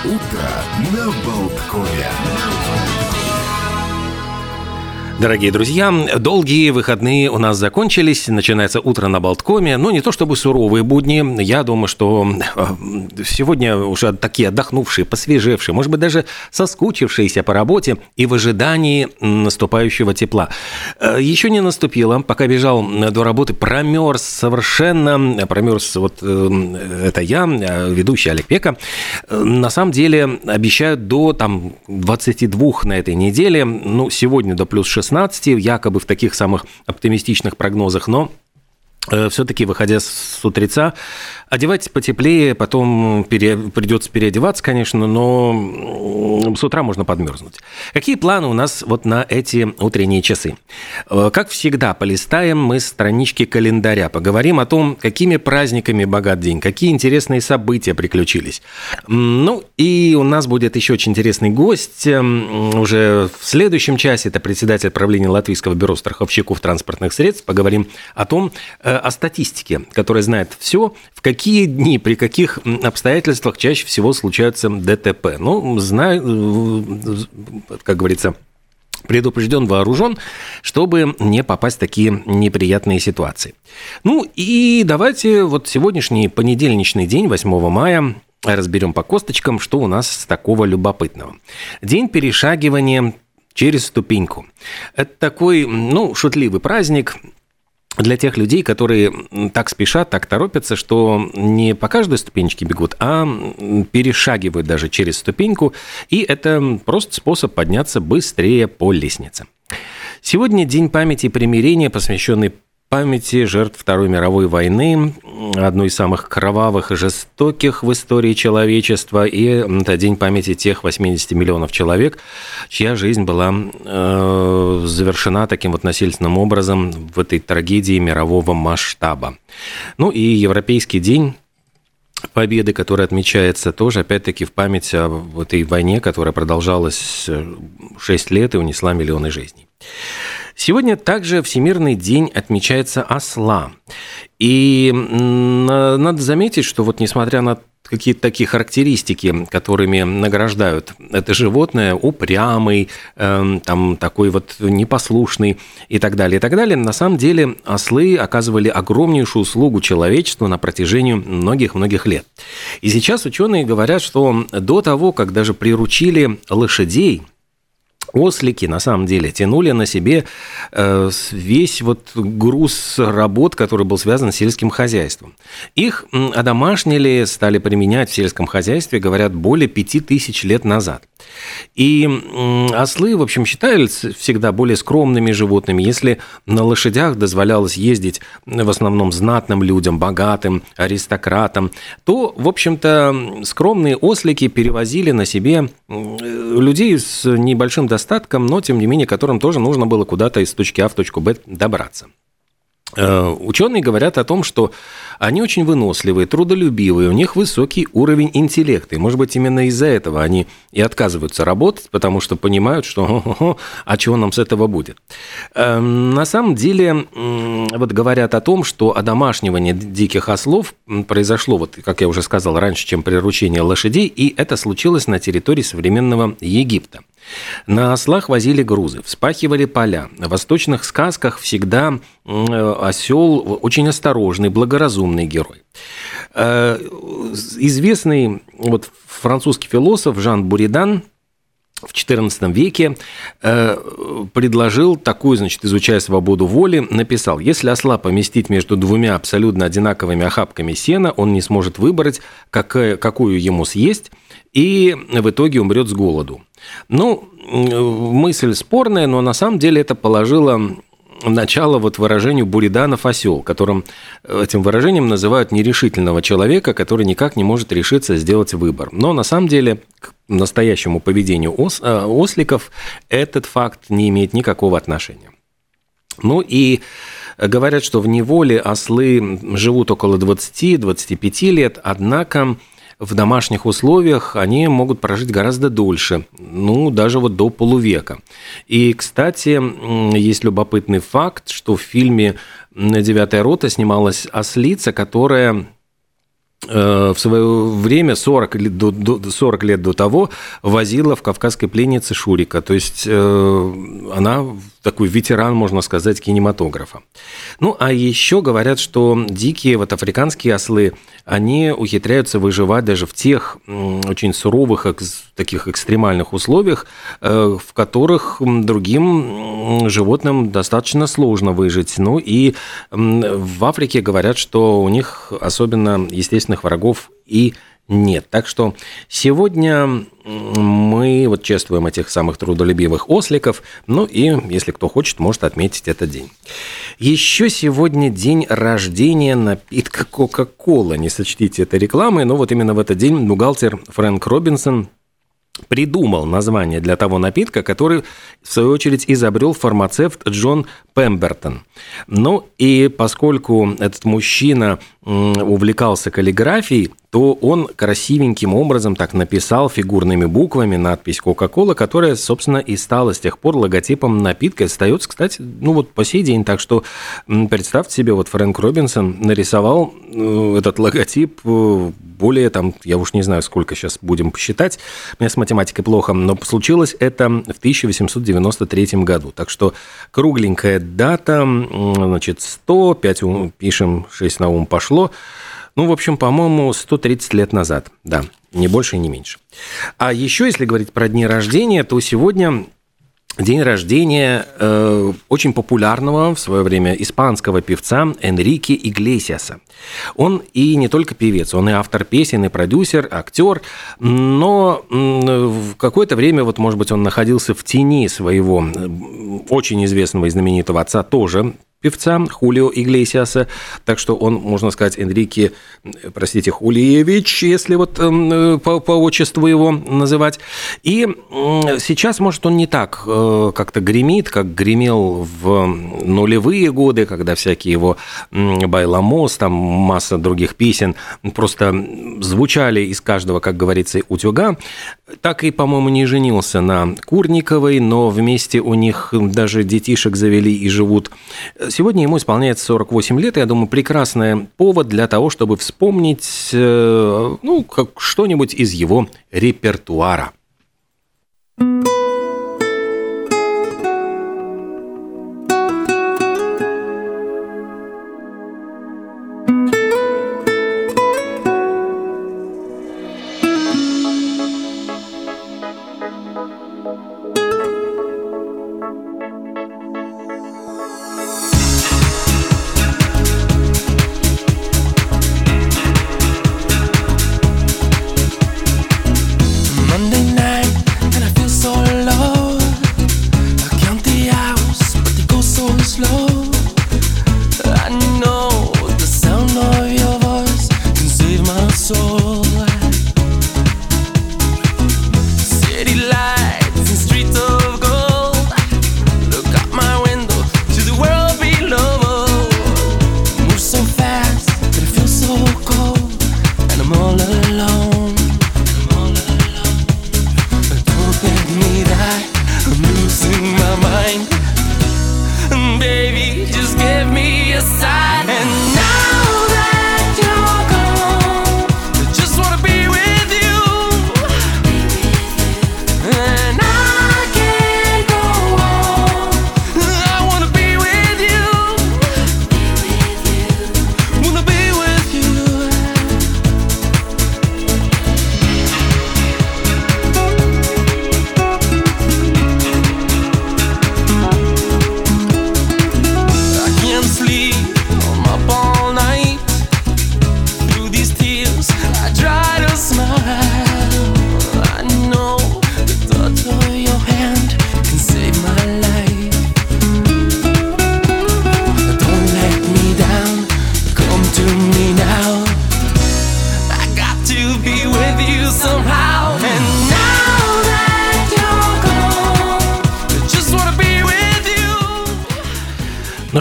Утро на Болткове. Дорогие друзья, долгие выходные у нас закончились, начинается утро на Болткоме, но не то чтобы суровые будни, я думаю, что сегодня уже такие отдохнувшие, посвежевшие, может быть, даже соскучившиеся по работе и в ожидании наступающего тепла. Еще не наступило, пока бежал до работы, промерз совершенно, это я, ведущий Олег Пека. На самом деле обещают до 22 на этой неделе, сегодня до плюс 16, якобы в таких самых оптимистичных прогнозах, но все-таки, выходя с утреца, одевайтесь потеплее, потом придется переодеваться, конечно, но с утра можно подмерзнуть. Какие планы у нас вот на эти утренние часы? Как всегда, полистаем мы странички календаря, поговорим о том, какими праздниками богат день, какие интересные события приключились. И у нас будет еще очень интересный гость. Уже в следующем часе это председатель правления Латвийского бюро страховщиков транспортных средств. Поговорим о статистике, которая знает все, в какие дни, при каких обстоятельствах чаще всего случаются ДТП. Как говорится, предупрежден, вооружен, чтобы не попасть в такие неприятные ситуации. И давайте сегодняшний понедельничный день, 8 мая, разберем по косточкам, что у нас такого любопытного. День перешагивания через ступеньку. Это такой, шутливый праздник для тех людей, которые так спешат, так торопятся, что не по каждой ступенечке бегут, а перешагивают даже через ступеньку, и это просто способ подняться быстрее по лестнице. Сегодня День памяти и примирения, посвященный памяти жертв Второй мировой войны, одной из самых кровавых и жестоких в истории человечества, и это День памяти тех 80 миллионов человек, чья жизнь была завершена таким насильственным образом в этой трагедии мирового масштаба. И Европейский день Победы, который отмечается тоже, опять-таки, в память об этой войне, которая продолжалась 6 лет и унесла миллионы жизней. Сегодня также Всемирный день отмечается осла. И надо заметить, что несмотря на какие-то такие характеристики, которыми награждают это животное, упрямый, такой непослушный и так далее, на самом деле ослы оказывали огромнейшую услугу человечеству на протяжении многих-многих лет. И сейчас ученые говорят, что до того, как даже приручили лошадей, ослики, на самом деле, тянули на себе весь груз работ, который был связан с сельским хозяйством. Их одомашнили, стали применять в сельском хозяйстве, говорят, более 5000 лет назад. И ослы, в общем, считались всегда более скромными животными. Если на лошадях дозволялось ездить в основном знатным людям, богатым, аристократам, то, в общем-то, скромные ослики перевозили на себе людей с небольшим достатком, но, тем не менее, которым тоже нужно было куда-то из точки А в точку Б добраться. Ученые говорят о том, что они очень выносливые, трудолюбивые, у них высокий уровень интеллекта. И, может быть, именно из-за этого они и отказываются работать, потому что понимают, что а чего нам с этого будет. На самом деле, говорят о том, что одомашнивание диких ослов произошло, как я уже сказал, раньше, чем приручение лошадей, и это случилось на территории современного Египта. На ослах возили грузы, вспахивали поля. В восточных сказках всегда осел очень осторожный, благоразумный герой. Известный французский философ Жан Буридан в XIV веке предложил такую, изучая свободу воли, написал: если осла поместить между двумя абсолютно одинаковыми охапками сена, он не сможет выбрать, какую ему съесть, и в итоге умрет с голоду. Мысль спорная, но на самом деле это положило начало выражению Буриданов осел, которым этим выражением называют нерешительного человека, который никак не может решиться сделать выбор. Но на самом деле к настоящему поведению осликов этот факт не имеет никакого отношения. И говорят, что в неволе ослы живут около 20-25 лет, однако в домашних условиях они могут прожить гораздо дольше, даже до полувека. И, кстати, есть любопытный факт, что в фильме «Девятая рота» снималась ослица, которая в свое время, 40 лет до того, возила в «Кавказской пленнице» Шурика. То есть она такой ветеран, можно сказать, кинематографа. Ну, а еще говорят, что дикие вот африканские ослы, они ухитряются выживать даже в тех очень суровых, таких экстремальных условиях, в которых другим животным достаточно сложно выжить. Ну, и в Африке говорят, что у них особенно естественных врагов и нет. Так что сегодня мы вот чествуем этих самых трудолюбивых осликов, ну и, если кто хочет, может отметить этот день. Еще сегодня день рождения напитка Кока-Кола. Не сочтите это рекламой, но вот именно в этот день бухгалтер Фрэнк Робинсон придумал название для того напитка, который, в свою очередь, изобрел фармацевт Джон Пембертон. Ну и поскольку этот мужчина увлекался каллиграфией, то он красивеньким образом так написал фигурными буквами надпись «Кока-кола», которая, собственно, и стала с тех пор логотипом напитка. Остается, кстати, ну вот по сей день. Так что представьте себе, вот Фрэнк Робинсон нарисовал этот логотип более, там, я уж не знаю, сколько сейчас будем посчитать, у меня с математикой плохо, но случилось это в 1893 году. Так что кругленькая дата, значит, 100, 5 пишем, 6 на ум пошло. Ну, в общем, по-моему, 130 лет назад, да, не больше и не меньше. А еще, если говорить про дни рождения, то сегодня день рождения очень популярного в свое время испанского певца Энрике Иглесиаса. Он и не только певец, он и автор песен, и продюсер, актер, но в какое-то время, вот, может быть, он находился в тени своего очень известного и знаменитого отца, тоже певца Хулио Иглесиаса, так что он, можно сказать, Энрике, простите, Хулиевич, если вот по отчеству его называть. И сейчас, может, он не так как-то гремит, как гремел в нулевые годы, когда всякие его «Байламос», там масса других песен просто звучали из каждого, как говорится, утюга. Так и, по-моему, не женился на Курниковой, но вместе у них даже детишек завели и живут. Сегодня ему исполняется 48 лет, и, я думаю, прекрасный повод для того, чтобы вспомнить, ну, как что-нибудь из его репертуара.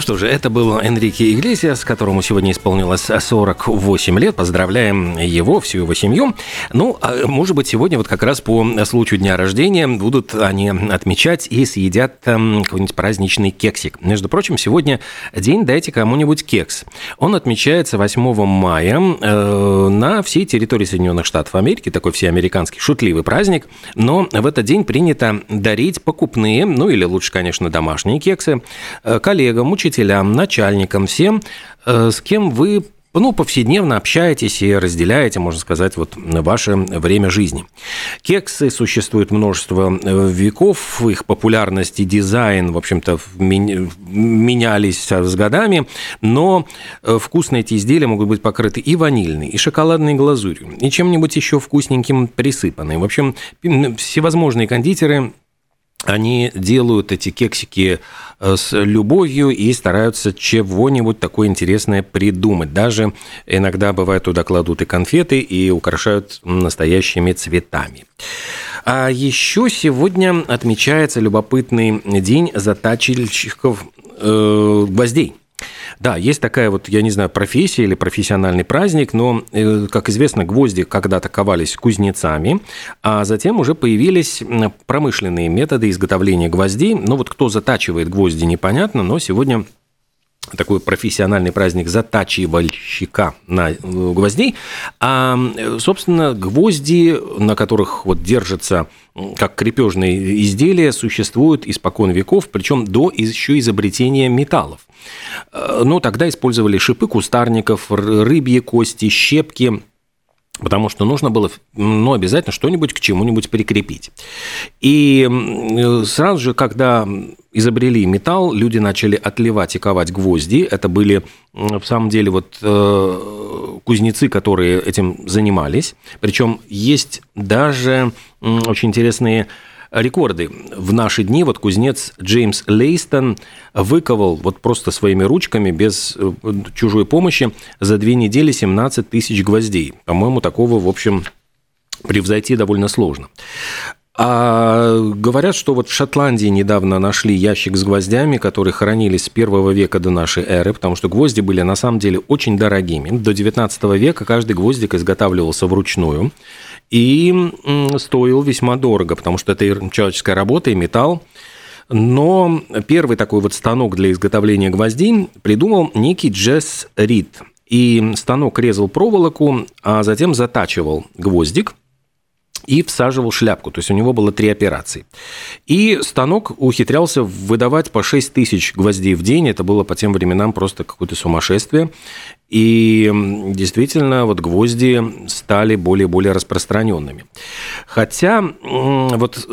Ну что же, это был Энрике Иглесиас, которому сегодня исполнилось 48 лет. Поздравляем его, всю его семью. Ну, может быть, сегодня вот как раз по случаю дня рождения будут они отмечать и съедят какой-нибудь праздничный кексик. Между прочим, сегодня день «Дайте кому-нибудь кекс». Он отмечается 8 мая на всей территории Соединенных Штатов Америки. Такой всеамериканский шутливый праздник. Но в этот день принято дарить покупные, ну или лучше, конечно, домашние кексы, коллегам, учителям, начальникам, всем, с кем вы повседневно общаетесь и разделяете, можно сказать, вот ваше время жизни. Кексы существует множество веков, их популярность и дизайн, в общем-то, менялись с годами, но вкусные эти изделия могут быть покрыты и ванильной, и шоколадной глазурью, и чем-нибудь еще вкусненьким присыпанным. В общем, всевозможные кондитеры, они делают эти кексики с любовью и стараются чего-нибудь такое интересное придумать. Даже иногда, бывает, туда кладут и конфеты, и украшают настоящими цветами. А еще сегодня отмечается любопытный день затачильщиков гвоздей. Да, есть такая вот, я не знаю, профессия или профессиональный праздник, но, как известно, гвозди когда-то ковались кузнецами, а затем уже появились промышленные методы изготовления гвоздей. Ну вот кто затачивает гвозди, непонятно, но сегодня такой профессиональный праздник затачивальщика на гвоздей. А, собственно, гвозди, на которых вот держатся как крепежные изделия, существуют испокон веков, причем до еще изобретения металлов. Но тогда использовали шипы кустарников, рыбьи кости, щепки, потому что нужно было, обязательно что-нибудь к чему-нибудь прикрепить. И сразу же, когда изобрели металл, люди начали отливать и ковать гвозди. Это были, в самом деле, вот кузнецы, которые этим занимались. Причем есть даже очень интересные рекорды. В наши дни вот кузнец Джеймс Лейстон выковал вот просто своими ручками, без чужой помощи, за 2 недели 17 тысяч гвоздей. По-моему, такого, в общем, превзойти довольно сложно. А говорят, что вот в Шотландии недавно нашли ящик с гвоздями, которые хранились с 1 века до нашей эры, потому что гвозди были на самом деле очень дорогими. До 19 века каждый гвоздик изготавливался вручную и стоил весьма дорого, потому что это и человеческая работа, и металл. Но первый такой вот станок для изготовления гвоздей придумал некий Джесс Рид. И станок резал проволоку, а затем затачивал гвоздик и всаживал шляпку. То есть у него было 3 операции. И станок ухитрялся выдавать по 6 тысяч гвоздей в день. Это было по тем временам просто какое-то сумасшествие. И действительно, вот гвозди стали более распространенными. Хотя вот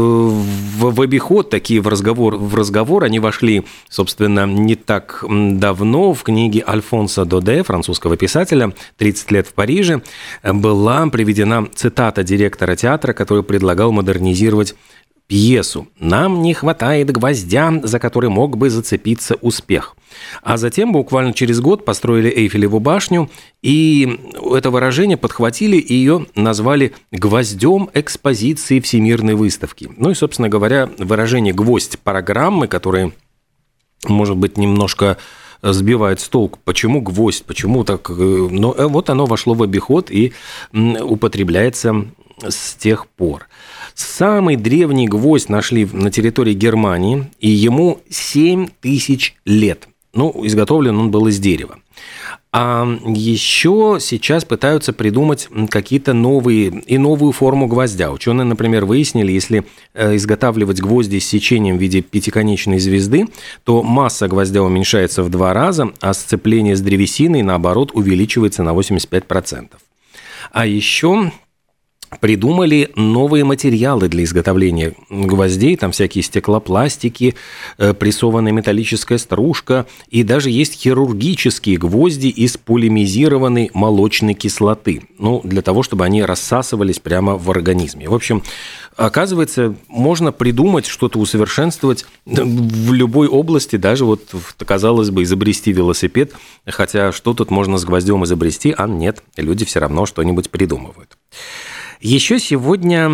в обиход, такие в разговор они вошли, собственно, не так давно. В книге Альфонса Доде, французского писателя, «30 лет в Париже», была приведена цитата директора театра, который предлагал модернизировать пьесу. «Нам не хватает гвоздя, за который мог бы зацепиться успех». А затем буквально через год построили Эйфелеву башню, и это выражение подхватили и ее назвали гвоздем экспозиции Всемирной выставки. Ну и, собственно говоря, выражение «гвоздь программы», которое, может быть, немножко сбивает с толку. Почему гвоздь? Почему так? Но вот оно вошло в обиход и употребляется с тех пор. Самый древний гвоздь нашли на территории Германии, и ему 7 тысяч лет. Изготовлен он был из дерева. А еще сейчас пытаются придумать какие-то новую форму гвоздя. Ученые, например, выяснили, если изготавливать гвозди с сечением в виде пятиконечной звезды, то масса гвоздя уменьшается в 2 раза, а сцепление с древесиной, наоборот, увеличивается на 85%. А еще придумали новые материалы для изготовления гвоздей, там всякие стеклопластики, прессованная металлическая стружка, и даже есть хирургические гвозди из полимеризированной молочной кислоты, для того, чтобы они рассасывались прямо в организме. В общем, оказывается, можно придумать, что-то усовершенствовать в любой области, даже вот, казалось бы, изобрести велосипед, хотя что тут можно с гвоздем изобрести, а нет, люди все равно что-нибудь придумывают. Еще сегодня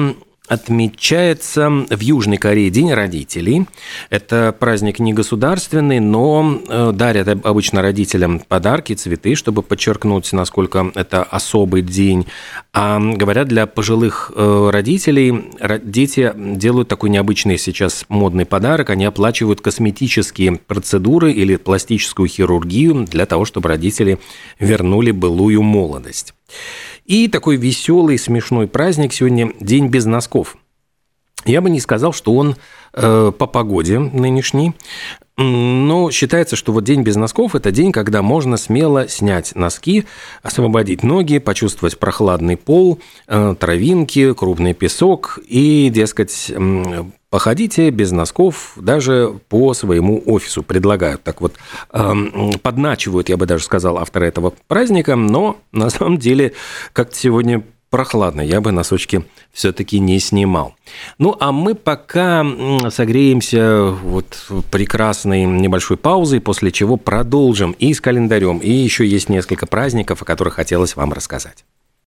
отмечается в Южной Корее День родителей. Это праздник не государственный, но дарят обычно родителям подарки, цветы, чтобы подчеркнуть, насколько это особый день. А говорят, для пожилых родителей дети делают такой необычный сейчас модный подарок. Они оплачивают косметические процедуры или пластическую хирургию для того, чтобы родители вернули былую молодость. И такой веселый, смешной праздник сегодня – День без носков. Я бы не сказал, что он по погоде нынешней, но считается, что вот День без носков – это день, когда можно смело снять носки, освободить ноги, почувствовать прохладный пол, травинки, крупный песок и, дескать, походите без носков даже по своему офису, предлагают. Так вот, подначивают, я бы даже сказал, авторы этого праздника, но на самом деле как-то сегодня прохладно, я бы носочки все-таки не снимал. Ну, а мы пока согреемся вот прекрасной небольшой паузой, после чего продолжим и с календарем, и еще есть несколько праздников, о которых хотелось вам рассказать.